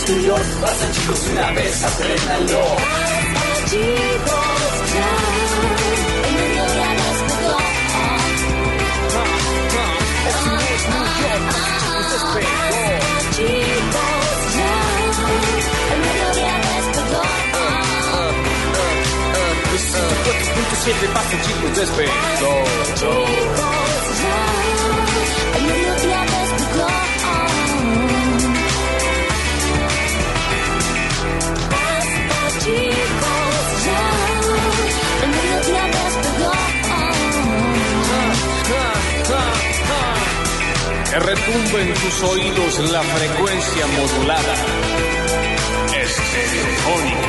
exterior. Basta chicos, una vez apréndanlo. Basta chicos, ya. El mediodía despegó. Chicos, ya. El mediodía despegó. 4.7 Basta chicos, despegó. Chicos, ya. El mediodía despegó. Basta chicos, ya. El mediodía despegó. Que retumbe en tus oídos la frecuencia modulada. Estereofónica.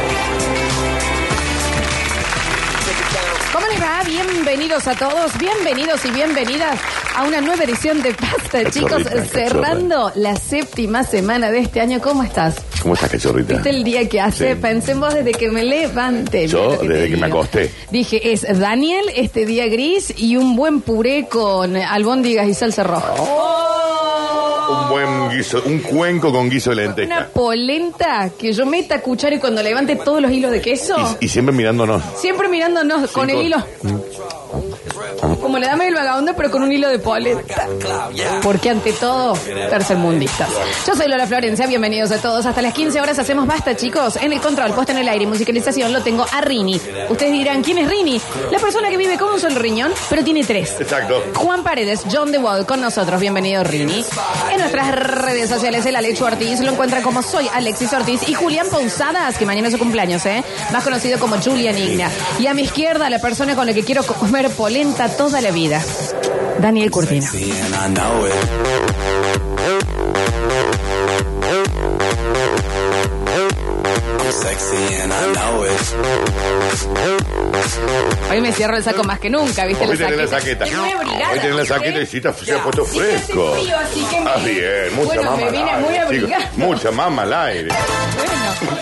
¿Cómo les va? Bienvenidos a todos, bienvenidos y bienvenidas a una nueva edición de Basta, chicos, cerrando la 7ª semana de este año. ¿Cómo estás? ¿Cómo estás, cachorrita? Este es el día que hace, Sí. pensé en vos desde que me levanté. Yo, desde que me acosté. Dije, es Daniel, este día gris y un buen puré con albóndigas y salsa roja. Un buen guiso, un cuenco con guiso de lenteja. Una polenta que yo meta cuchara y cuando levante todos los hilos de queso, Y siempre mirándonos. siempre mirándonos con el hilo. Como le dame el vagabundo, pero con un hilo de polenta. Porque ante todo, tercermundistas. Yo soy Lola Florencia, bienvenidos a todos. Hasta las 15 horas hacemos Basta, chicos. En el control, puesta en el aire y musicalización lo tengo a Rini. Ustedes dirán, ¿quién es Rini? La persona que vive con un solo riñón, pero tiene 3. Exacto. Juan Paredes, John The Wall con nosotros. Bienvenido, Rini. En nuestras redes sociales, el Alex Ortiz lo encuentra como Soy Alexis Ortiz. Y Julián Pousadas, que mañana es su cumpleaños, más conocido como Julián Igna. Y a mi izquierda, la persona con la que quiero comer polenta toda la vida, Daniel Curtino. Hoy me cierro el saco más que nunca, ¿viste? Hoy tenés la saqueta. Estoy muy abrigada. Hoy tenés la saqueta y sí se ha puesto Sí, hace fresco. frío, así que me- Ah, bien, mucha Bueno, mama me vine al muy aire, abrigada. chicos. Mucha mama al aire. Bueno.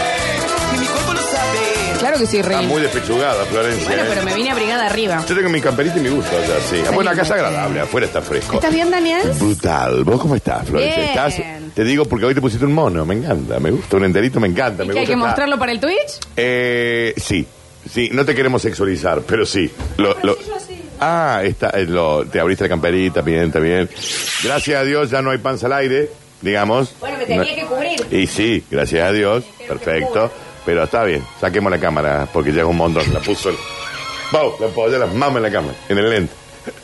Claro que sí, Está Rini. muy despechugada, Florencia. Bueno, pero me vine abrigada arriba. Yo tengo mi camperita y mi gusto allá, sí. Bueno, acá es agradable, afuera está fresco. ¿Estás bien, Daniel? Brutal. ¿Vos cómo estás, Florencia? Bien. ¿Estás? Te digo porque hoy te pusiste un mono, me encanta, me gusta, un enterito me encanta. ¿Y Me que hay gusta que esta- mostrarlo para el Twitch? Sí, no te queremos sexualizar, pero sí. Te abriste la camperita, bien, está bien. Gracias a Dios ya no hay panza al aire, digamos. Bueno, me tenía que cubrir. Y sí, gracias a Dios, perfecto. Pero está bien, saquemos la cámara, porque ya es un montón. La puso le apoyé las mamas en la cámara, en el lente.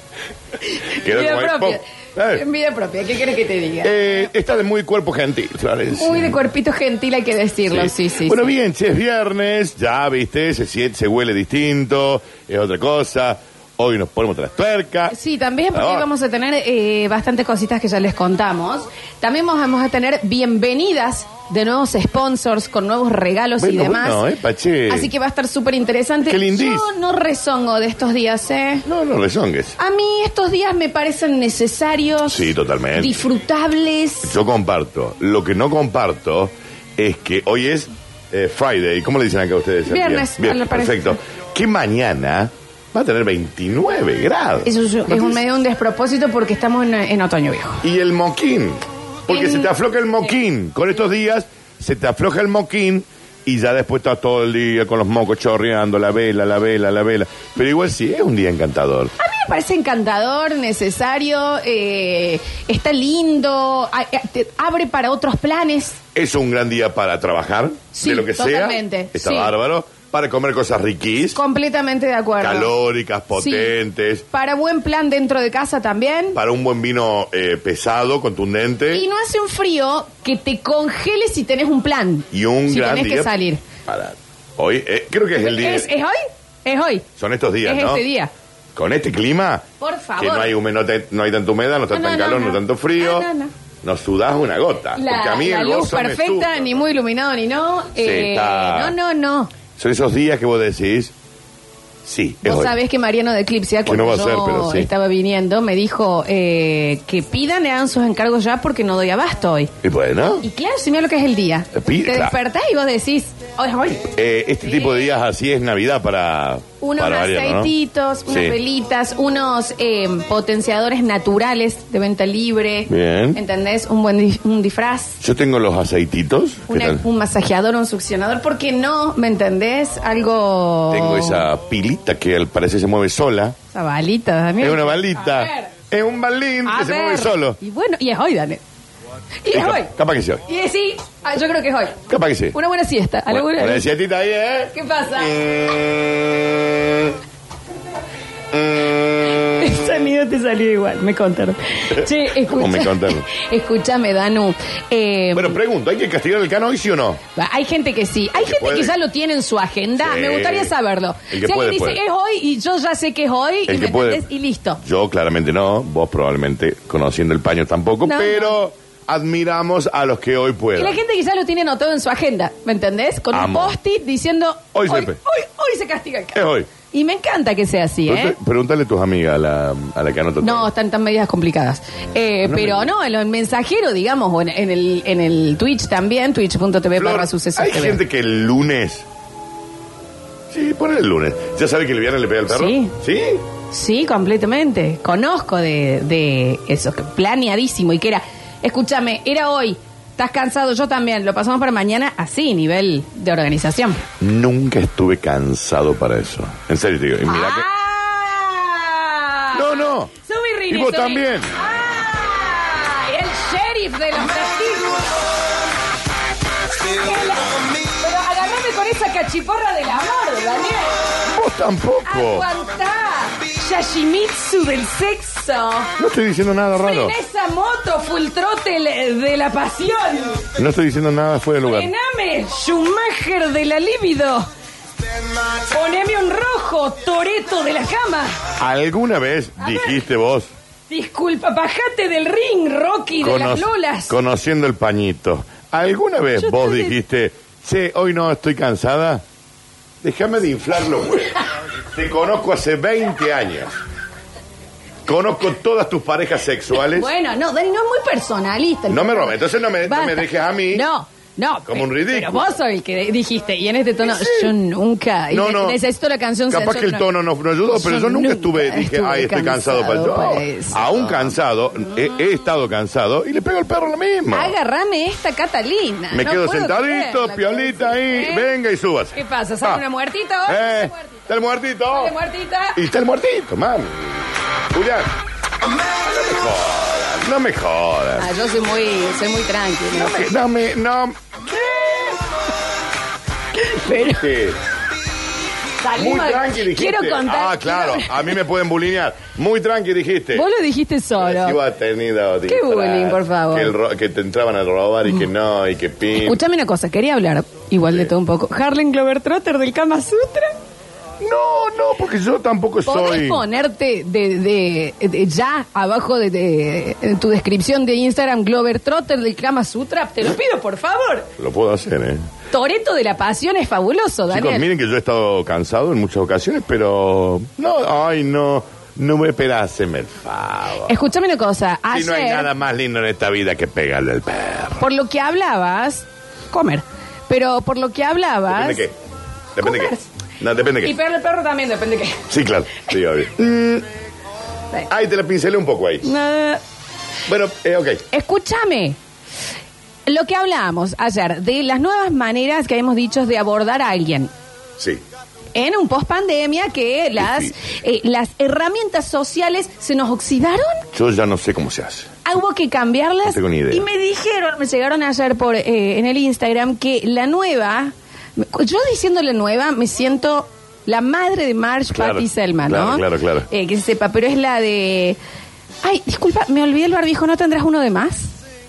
Quedó Vida como ahí, propia. ¡pum! En vida propia, ¿qué querés que te diga? Está de muy cuerpo gentil, Florencia. Muy de cuerpito gentil, hay que decirlo, sí. Bueno, sí. bien, che, es viernes, ya viste, se huele distinto, es otra cosa. Hoy nos ponemos las tuercas. Sí, también porque Ah. vamos a tener bastantes cositas que ya les contamos. También vamos a tener bienvenidas de nuevos sponsors con nuevos regalos y Bueno, demás. bueno, Pache. Así que va a estar súper interesante. Qué lindis. Yo no rezongo de estos días, No rezongues. A mí estos días me parecen necesarios. Sí, totalmente. Disfrutables. Yo comparto. Lo que no comparto es que hoy es Friday. ¿Cómo le dicen acá a ustedes? Viernes, Bien, me parece. perfecto. Que mañana va a tener 29 grados. Eso es un medio un despropósito porque estamos en otoño viejo. Y el moquín. Porque se te afloja el moquín. Con estos días se te afloja el moquín y ya después estás todo el día con los mocos chorreando, la vela. Pero igual sí, es un día encantador. A mí me parece encantador, necesario, está lindo, te abre para otros planes. Es un gran día para trabajar, Sí, de lo que totalmente, sea. Está sí. bárbaro. Para comer cosas riquís, Completamente de acuerdo. calóricas, potentes. Sí. Para buen plan dentro de casa también. Para un buen vino pesado, contundente. Y no hace un frío que te congele si tenés un plan. Y un si gran tenés día que salir. para hoy. Creo que es el día. ¿Es hoy? Es hoy. Son estos días, Es ¿no? este día. Con este clima. Por favor. Que no hay no hay tanta humedad, no está tan calor, no tanto frío. No. No sudás una gota. Porque a mí La el luz gozo me perfecta, suda. ni muy iluminado ni no. está. No. Son esos días que vos decís, sí, es Vos hoy. sabés que Mariano de Eclipsia, Que no cuando va a ser, pero yo sí. estaba viniendo, me dijo que pidan, hagan sus encargos ya porque no doy abasto hoy. Y bueno, Y claro, si mira lo que es el día. Claro. Te despertás y vos decís, Este tipo de días así es Navidad para variar, ¿no? aceititos, unas velitas, unos potenciadores naturales de venta libre. Bien. ¿Entendés? Un disfraz. Yo tengo los aceititos. Un masajeador, un succionador. ¿Por qué no? ¿Me entendés? Algo... Tengo esa pilita que al parecer se mueve sola. Esa balita, Daniel. Es una balita. Es un balín que se mueve solo. Y bueno, y es hoy, Daniel. Y es hoy. Capaz que sí hoy. Y sí, yo creo que es hoy. Capaz que sí. Una buena siesta. Una siestita ahí, ¿eh? ¿Qué pasa? El sonido te salió igual, me contaron. Che, ¿Cómo me contaron? Escúchame, Danu. Bueno, pregunto, ¿hay que castigar el Cano hoy, sí o no? Hay gente que sí. Hay gente que ya lo tiene en su agenda. Sí. Me gustaría saberlo. El que si puede, alguien dice, puede. es hoy, y yo ya sé que es hoy, El y que me puede. entendés, y listo. Yo claramente no, vos probablemente conociendo el paño tampoco, No, pero admiramos a los que hoy Y puedan. la gente quizás lo tiene anotado en su agenda, ¿me entendés? Con Amo. un post-it diciendo, Hoy hoy se se castiga el Es Cano. hoy. Y me encanta que sea así, ¿eh? Pregúntale a tus amigas a la que anota todo. No, están tan medidas complicadas. Pero no, en el mensajero, digamos, o en el Twitch también, twitch.tv/sucesos. Hay gente que el lunes... Sí, pon el lunes. ¿Ya sabe que el viernes le pega al perro? Sí. ¿Sí? Sí, completamente. Conozco de eso, que planeadísimo y que era, escúchame, era hoy, estás cansado, yo también, lo pasamos para mañana, así, nivel de organización. Nunca estuve cansado para eso. En serio te digo. Y mira ¡Ah! No. Subí, Rini, Y vos subí. también. ¡Ah! El sheriff de los testigos. Pero agarrame con esa cachiporra del amor, Daniel. Vos tampoco. Aguantá. Yashimitsu del sexo. No estoy diciendo nada raro. En esa moto full throttle de la pasión. No estoy diciendo nada fuera de lugar. Frename, Schumacher de la libido. Poneme un rojo, Toreto de la cama. ¿Alguna vez dijiste vos, Disculpa, bajate del ring, Rocky de las Lolas. conociendo el pañito, alguna vez Yo vos estoy- dijiste, che, hoy no estoy cansada? Déjame de inflarlo, güey. Te conozco hace 20 años. Conozco todas tus parejas sexuales. Bueno, no, Dani, no es muy personalista. No me robes, entonces no me Basta. dejes a mí. No, Como un ridículo. Pero vos sos el que dijiste, y en este tono, Sí. yo nunca. Y No. necesito la canción Capaz que el tono no ayudó, pero yo nunca dije, ay, estoy cansado para yo. eso. Aún cansado, he estado cansado y le pego al perro lo mismo. Agárrame esta Catalina. Me No quedo puedo sentadito, creer, piolita ahí, ¿eh? venga y subas. ¿Qué pasa? ¿Sale una muertito? Está el muertito. Sale muertita. Y está el muertito, mami. Julián. No me jodas. Ah, yo soy muy tranqui. No. Pero Sí. salimos- Muy tranqui dijiste. Quiero contar. Ah, claro. A mí me pueden bulinear. Muy tranqui dijiste. Vos lo dijiste solo. Iba a tenido ¿Qué bullying, por favor? Que te entraban a robar y que no, y que pin. Escúchame una cosa, quería hablar igual de todo un poco. Harlem Globetrotter del Kama Sutra. No, porque yo tampoco ¿Podés soy. ponerte de ya abajo de tu descripción de Instagram Globetrotter del Kama Sutra? Te lo pido, por favor. Lo puedo hacer, ¿eh? Toreto de la pasión es fabuloso, Daniel. Chicos, miren que yo he estado cansado en muchas ocasiones, pero no me esperáseme el favor. Escúchame una cosa. Si Ayer, no hay nada más lindo en esta vida que pegarle al perro. por lo que hablabas, comer. Pero por lo que hablabas. ¿Depende qué? ¿Depende comer. qué? No, depende Y qué. pegarle al perro también, depende qué. Sí, claro. Sí, obvio. Ay, te la pincelé un poco ahí. Nada. Bueno, ok. Escúchame. Lo que hablábamos ayer de las nuevas maneras que hemos dicho de abordar a alguien. Sí. En un post-pandemia que las herramientas sociales se nos oxidaron. Yo ya no sé cómo se hace. Hubo que cambiarlas. No tengo ni idea. Y me llegaron ayer en el Instagram que la nueva, yo diciendo la nueva, me siento la madre de Marge, Claro, Patty Selma, ¿no? claro. Que se sepa, pero es la de... Ay, disculpa, me olvidé el barbijo, ¿no tendrás uno de más?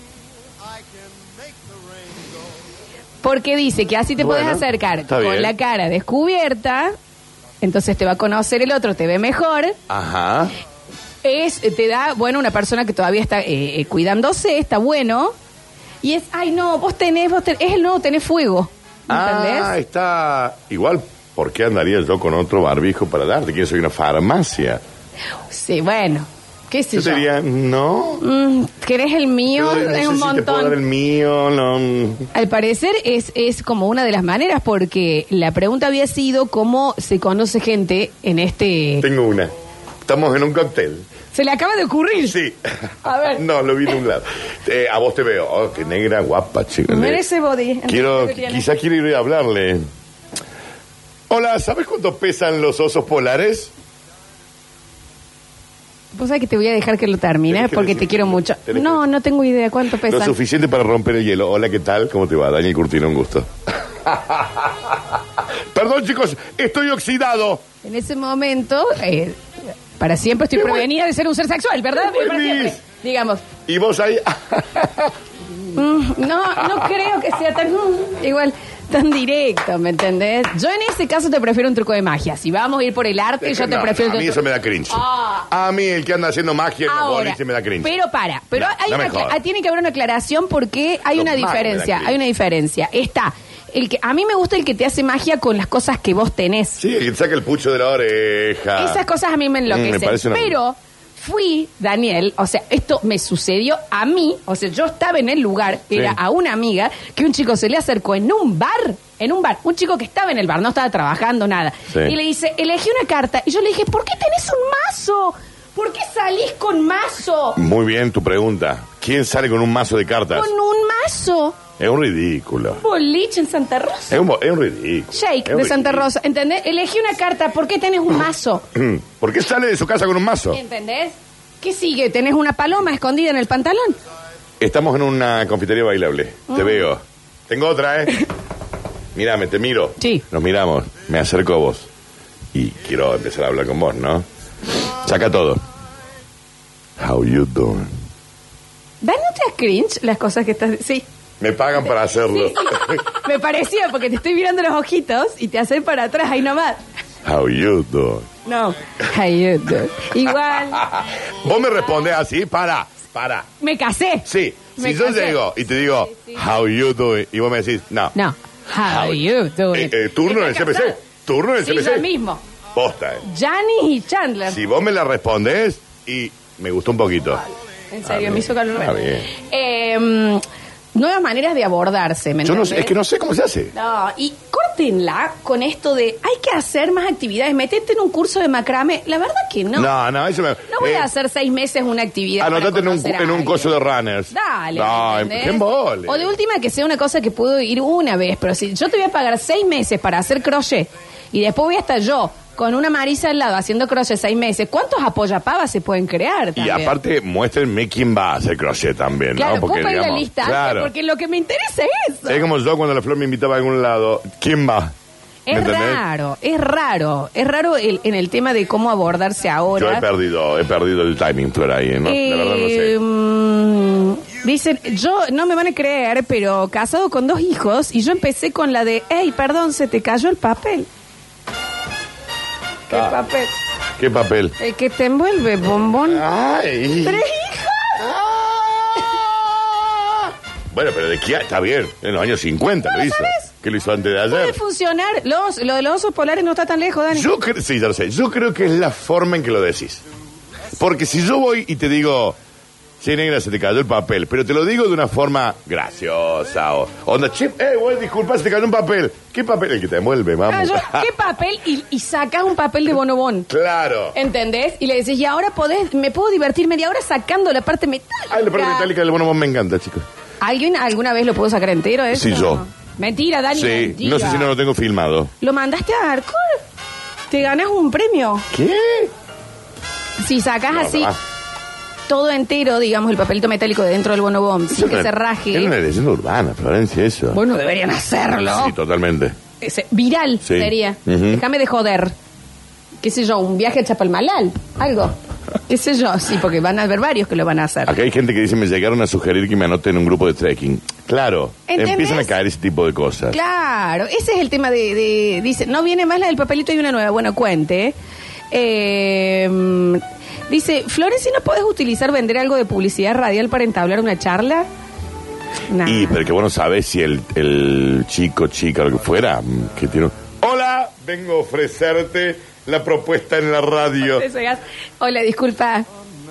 Porque dice que así te Bueno, podés acercar está con bien. la cara descubierta, entonces te va a conocer el otro, te ve mejor. Ajá. Te da, bueno, una persona que todavía está cuidándose, está bueno. Y es, ay no, es el nuevo tenés fuego. ¿Entendés? Ah, está igual. ¿Por qué andaría yo con otro barbijo para darte? ¿Quién soy una farmacia? Sí, bueno. ¿Qué sé yo? Te diría, no. ¿Querés el mío? No Es sé un si montón. te puedo dar el mío, no. Al parecer es como una de las maneras, porque la pregunta había sido cómo se conoce gente en este... Tengo una. Estamos en un cóctel. ¿Se le acaba de ocurrir? Sí. A ver. No, lo vi de un lado. A vos te veo. Oh, qué negra, guapa, chica. Mira ese body. Quizás quiero ir a hablarle. Hola, ¿sabes cuánto pesan los osos polares? Vos sabés que te voy a dejar que lo termine Tenés que porque decir- te quiero mucho. tenés No, que- no tengo idea cuánto Lo pesa. suficiente para romper el hielo. Hola, ¿qué tal? ¿Cómo te va? Daniel Curtino, un gusto. Perdón, chicos, estoy oxidado. En ese momento, para siempre estoy Qué buen- prevenida de ser un ser sexual, ¿verdad? Qué buen Para siempre. Luis. Digamos. Y vos ahí... No creo que sea tan igual, tan directo, ¿me entendés? Yo en ese caso te prefiero un truco de magia. Si vamos a ir por el arte, yo te No, prefiero... a mí eso me da cringe. Ah. A mí el que anda haciendo magia en los Ahora, boliches me da cringe. pero No, hay no me una, jodas. tiene que haber una aclaración porque hay Los una magos me da diferencia, cringe. hay una diferencia. Está, a mí me gusta el que te hace magia con las cosas que vos tenés. Sí, el que saca el pucho de la oreja. Esas cosas a mí me enloquecen. me parece una- Pero fui, Daniel, o sea, esto me sucedió a mí, o sea, yo estaba en el lugar, era Sí. a una amiga, que un chico se le acercó en un bar, un chico que estaba en el bar, no estaba trabajando nada, Sí. y le dice, elegí una carta, y yo le dije, ¿por qué tenés un mazo? ¿Por qué salís con mazo? Muy bien tu pregunta. ¿Quién sale con un mazo de cartas? Con un mazo. Es un ridículo. Boliche en Santa Rosa. Es un ridículo. Shake Es un de Santa ridículo. Rosa, ¿entendés? Elegí una carta, ¿por qué tenés un mazo? ¿Por qué sale de su casa con un mazo? ¿Entendés? ¿Qué sigue? ¿Tenés una paloma escondida en el pantalón? Estamos en una confitería bailable. Te veo. Tengo otra, ¿eh? Mírame, te miro. Sí. Nos miramos. Me acerco a vos. Y quiero empezar a hablar con vos, ¿no? Saca todo. How you doing? ¿Dan no te das cringe las cosas que estás... Sí. Me pagan para hacerlo. Me parecía porque te estoy mirando los ojitos y te hacen para atrás ahí nomás. How you doing? No. Ay, igual. Vos me respondés así, para. Me casé. Sí, Me si yo casé. llego y te digo, how you doing, y vos me decís, no. No. How you doing? Turno en el ¿Estás CPC. casado? Turno en el Sí, CPC. yo mismo. Posta, Janice y Chandler. Si vos me la respondés y me gustó un poquito. En serio, Ah, me hizo calor. está bien. Nuevas maneras de abordarse, ¿me Yo no entendés? sé, es que no sé cómo se hace. No, y córtenla con esto de hay que hacer más actividades, metete en un curso de macrame. La verdad que no. No, eso me... No voy a hacer 6 meses una actividad. Anotate para en un conocer a en un alguien. coso de runners. Dale. No, ¿entendés? qué embole. O de última que sea una cosa que puedo ir una vez, pero si yo te voy a pagar 6 meses para hacer crochet y después voy a estar yo con una Marisa al lado haciendo crochet 6 meses, ¿cuántos apoyapavas se pueden crear Y también? aparte, muéstrenme quién va a hacer crochet también, Claro, ¿no? puedo pedir la digamos, lista antes, claro. porque lo que me interesa es eso. Es como yo cuando la Flor me invitaba a algún lado. ¿Quién va? ¿Me Es entendés? raro en el tema de cómo abordarse ahora. Yo he perdido el timing, Flor, ahí, ¿no? La verdad no sé. Dicen, yo no me van a creer, pero casado con 2 hijos y yo empecé con la de, hey, perdón, se te cayó el papel. ¿Qué papel? ¿Qué papel? El que te envuelve, bombón. ¡Ay! 3 hijas. Bueno, pero de qué está bien. En los años 50 lo hizo. sabes? ¿Qué lo hizo antes de Puede ayer? funcionar. Lo de los osos polares no está tan lejos, Dani. Sí, ya lo sé. Yo creo que es la forma en que lo decís. Porque si yo voy y te digo, che, negra, se te cayó el papel, pero te lo digo de una forma graciosa o onda, che, güey, disculpa, se te cayó un papel. ¿Qué papel? El que te envuelve, vamos. ¿Qué papel? Y sacas un papel de bonobón. Claro. ¿Entendés? Y le decís, y ahora me puedo divertir media hora sacando la parte metálica. Ay, la parte metálica del bonobón me encanta, chicos. ¿Alguien alguna vez lo pudo sacar entero eso? Sí, yo. Mentira, Dani. Sí, mentira. no sé si no lo tengo filmado. ¿Lo mandaste a Arcor? ¿Te ganas un premio? ¿Qué? Si sacas No, así no. todo entero, digamos, el papelito metálico de dentro del bonobón, sin que se raje. Es una leyenda urbana, Florencia, eso. Bueno, deberían hacerlo. Sí, totalmente. Viral Sí. sería. Ujú. Déjame de joder. ¿Qué sé yo? Un viaje a Chapalmalal. Algo. ¿Qué sé yo? Sí, porque van a haber varios que lo van a hacer. Acá hay gente que dice, me llegaron a sugerir que me anote en un grupo de trekking. Claro, ¿Entendés? empiezan a caer ese tipo de cosas. Claro, ese es el tema de dice, no viene más la del papelito y una nueva. Bueno, cuente. Dice, Flores, si no podés utilizar, vender algo de publicidad radial para entablar una charla. Nah. Y, pero que bueno, sabes si el chico, chica, lo que fuera, que tiene... Hola, vengo a ofrecerte la propuesta en la radio. Hola, disculpa.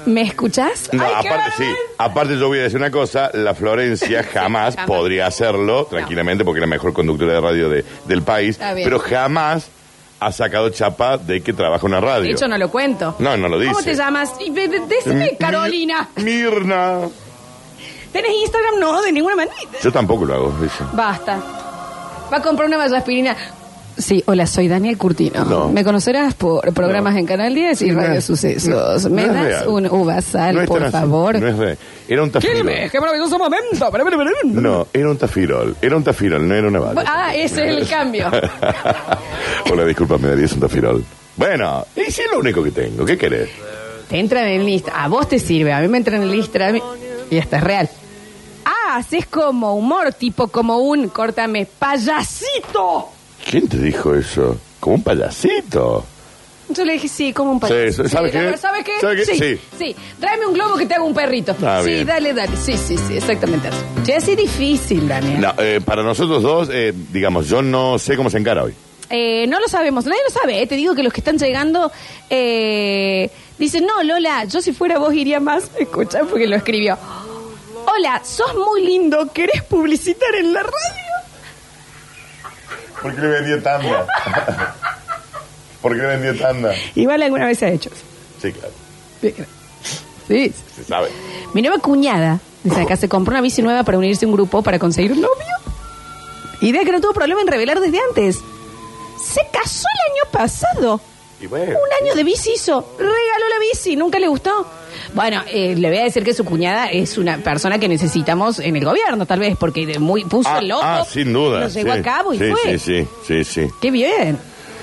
¿Me escuchás? No, Ay, qué aparte sí. vergüenza. Aparte yo voy a decir una cosa, la Florencia jamás podría hacerlo, tranquilamente, porque es la mejor conductora de radio del país, Está bien. pero jamás ha sacado chapa de que trabaja en una radio. De hecho, no lo cuento. No lo dice. ¿Cómo te llamas? Decime, Carolina. Mirna. ¿Tenés Instagram? No, de ninguna manera. Yo tampoco lo hago, dice. Basta. Va a comprar una aspirina. Sí, hola, soy Daniel Curtino. No. Me conocerás por programas No. en Canal 10 y No Radio es- Sucesos. no ¿Me es das real. un uvasal, No es por tan así. favor? No es real. Era un tafirol. Quilmes, qué maravilloso momento. No, era un tafirol. Era un tafirol, no era una bala. Ah, ese es el cambio. Hola, disculpa, me darías un tafirol. Bueno, y si es lo único que tengo, ¿qué querés? Te entran en el Instagram. A vos te sirve, a mí me entran en el Instagram y esto es real. Ah, haces como humor, tipo como un, córtame, payasito. ¿Quién te dijo eso? ¿Como un payasito? Yo le dije, sí, como un payasito. Sí, ¿sabes qué? a ver, ¿sabes qué? ¿Sabe qué? Sí, sí. Tráeme un globo que te haga un perrito. Ah, sí, bien. dale. Sí, exactamente eso. Che, es difícil, Daniel. No, para nosotros dos, digamos, yo no sé cómo se encara hoy. No lo sabemos, nadie lo sabe. Te digo que los que están llegando dicen, no, Lola, yo si fuera vos iría más. Escucha, porque lo escribió. Hola, sos muy lindo, ¿querés publicitar en la radio? ¿Por qué le vendía tanda? ¿Por qué le vendía tanda? Igual alguna vez se ha hecho eso. Sí, claro. Sí. Se sabe. Mi nueva cuñada, dice acá, se compró una bici nueva para unirse a un grupo para conseguir un novio. Idea que no tuvo problema en revelar desde antes. Se casó el año pasado. Y bueno. Un año de bici hizo. Regaló la bici. Nunca le gustó. Bueno, le voy a decir que su cuñada es una persona que necesitamos en el gobierno, tal vez, porque puso el loco. sin duda. Lo llevó sí. a cabo y sí, fue. Sí. Qué bien.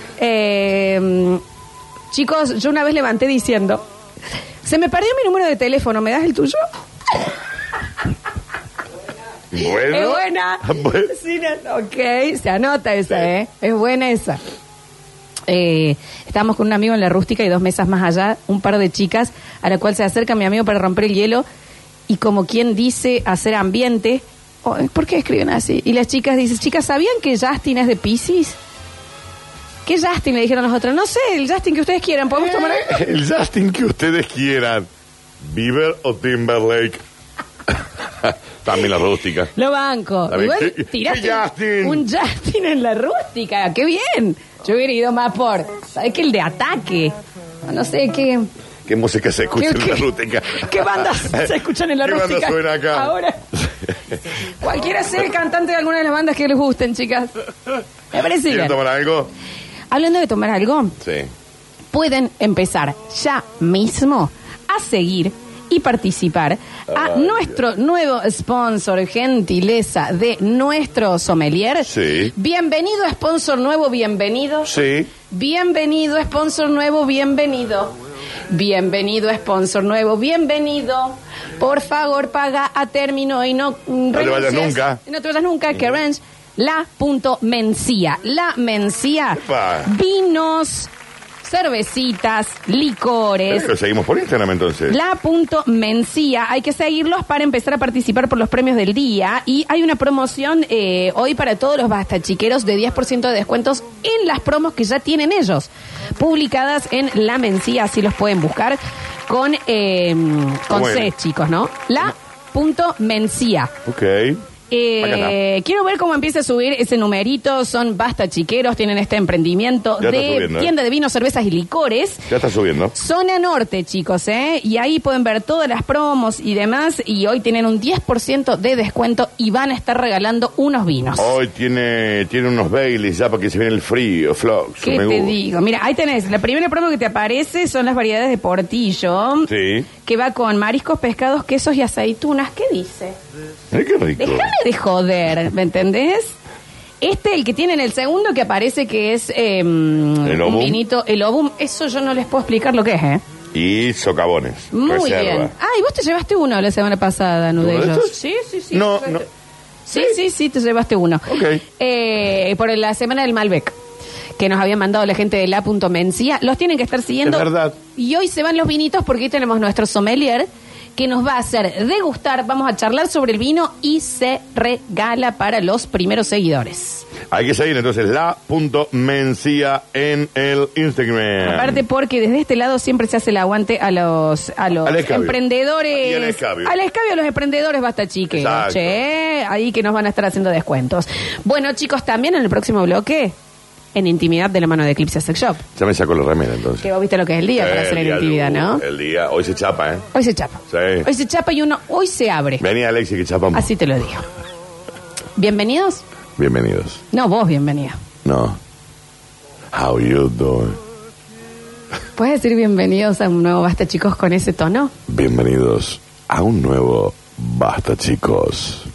Chicos, yo una vez levanté diciendo, se me perdió mi número de teléfono, ¿me das el tuyo? Bueno. Es buena. Bueno. Sí, ok, se anota esa, ¿eh? Es buena esa. Estábamos con un amigo en la rústica y 2 mesas más allá, un par de chicas, a la cual se acerca mi amigo para romper el hielo y como quien dice hacer ambiente. Oh, ¿por qué escriben así? Y las chicas dicen, chicas, ¿sabían que Justin es de Piscis? ¿Qué Justin? Le dijeron los otros. No sé, el Justin que ustedes quieran. ¿Podemos tomar algo? El Justin que ustedes quieran. Bieber o Timberlake. También la rústica. Lo banco. Está bien. Igual ¿Qué tiraste Justin? un Justin en la rústica. ¡Qué bien! Yo hubiera ido más por... ¿Sabes qué? El de Ataque. No sé qué... ¿Qué música se escucha en la rústica? ¿Qué bandas se escuchan en la ¿Qué rústica? banda suena acá? Ahora. Cualquiera sea el cantante de alguna de las bandas que les gusten, chicas. Me parece ¿Quieren bien. tomar algo? Hablando de tomar algo, Sí. pueden empezar ya mismo a seguir y participar a nuestro nuevo sponsor, gentileza de nuestro sommelier. Sí. Bienvenido, sponsor nuevo, bienvenido. Sí. Bienvenido, sponsor nuevo, bienvenido. Bienvenido, sponsor nuevo, bienvenido. Por favor, paga a término y no te vayas nunca. No te vayas nunca, que Range, la.mencía. La Mencía. Epa. Vinos, cervecitas, licores. Lo seguimos por Instagram entonces. La.mencía, hay que seguirlos para empezar a participar por los premios del día. Y hay una promoción hoy para todos los bastachiqueros de 10% de descuentos en las promos que ya tienen ellos, publicadas en La Mencía, así los pueden buscar con Bueno. C, chicos, ¿no? La.mencía. Ok. Acá está. Quiero ver cómo empieza a subir ese numerito. Son basta chiqueros, tienen este emprendimiento Ya está de subiendo, ¿eh? tienda de vinos, cervezas y licores. Ya está subiendo. Zona Norte, chicos, ¿eh? Y ahí pueden ver todas las promos y demás. Y hoy tienen un 10% de descuento y van a estar regalando unos vinos. Hoy tiene unos Baileys ya para que se viene el frío, Flox. ¿Qué me te gusta. digo? Mira, ahí tenés. La primera promo que te aparece son las variedades de Portillo. Sí. Que va con mariscos, pescados, quesos y aceitunas. ¿Qué dice? Qué rico. Déjame de joder, ¿me entendés? El que tiene en el segundo que aparece que es un Obum. vinito, el Obum, eso yo no les puedo explicar lo que es, ¿eh? Y socavones. Muy reserva. bien. Ay, vos te llevaste uno la semana pasada, ¿no? ¿Uno De de ellos. estos? Sí. No, te llevaste- no. Sí, te llevaste uno. Ok. Por la semana del Malbec, que nos habían mandado la gente de la.mencía. Los tienen que estar siguiendo. Es verdad. Y hoy se van los vinitos porque hoy tenemos nuestro sommelier que nos va a hacer degustar, vamos a charlar sobre el vino y se regala para los primeros seguidores. Hay que seguir entonces la.mencía en el Instagram. Aparte porque desde este lado siempre se hace el aguante a los emprendedores. Y al escabio. Al escabio a los emprendedores basta chique. Exacto. Che, ahí que nos van a estar haciendo descuentos. Bueno, chicos, también en el próximo bloque, en intimidad de la mano de Eclipse Sex Shop. Ya me saco la remera entonces. Que vos viste lo que es el día para hacer en intimidad, ¿no? El día, hoy se chapa, ¿eh? Hoy se chapa. Sí. Hoy se chapa y hoy se abre. Vení, Alexi, que chapamos. Así te lo digo. ¿Bienvenidos? Bienvenidos. No, vos bienvenida. No. How you doing? ¿Puedes decir bienvenidos a un nuevo Basta, chicos, con ese tono? Bienvenidos a un nuevo Basta, chicos.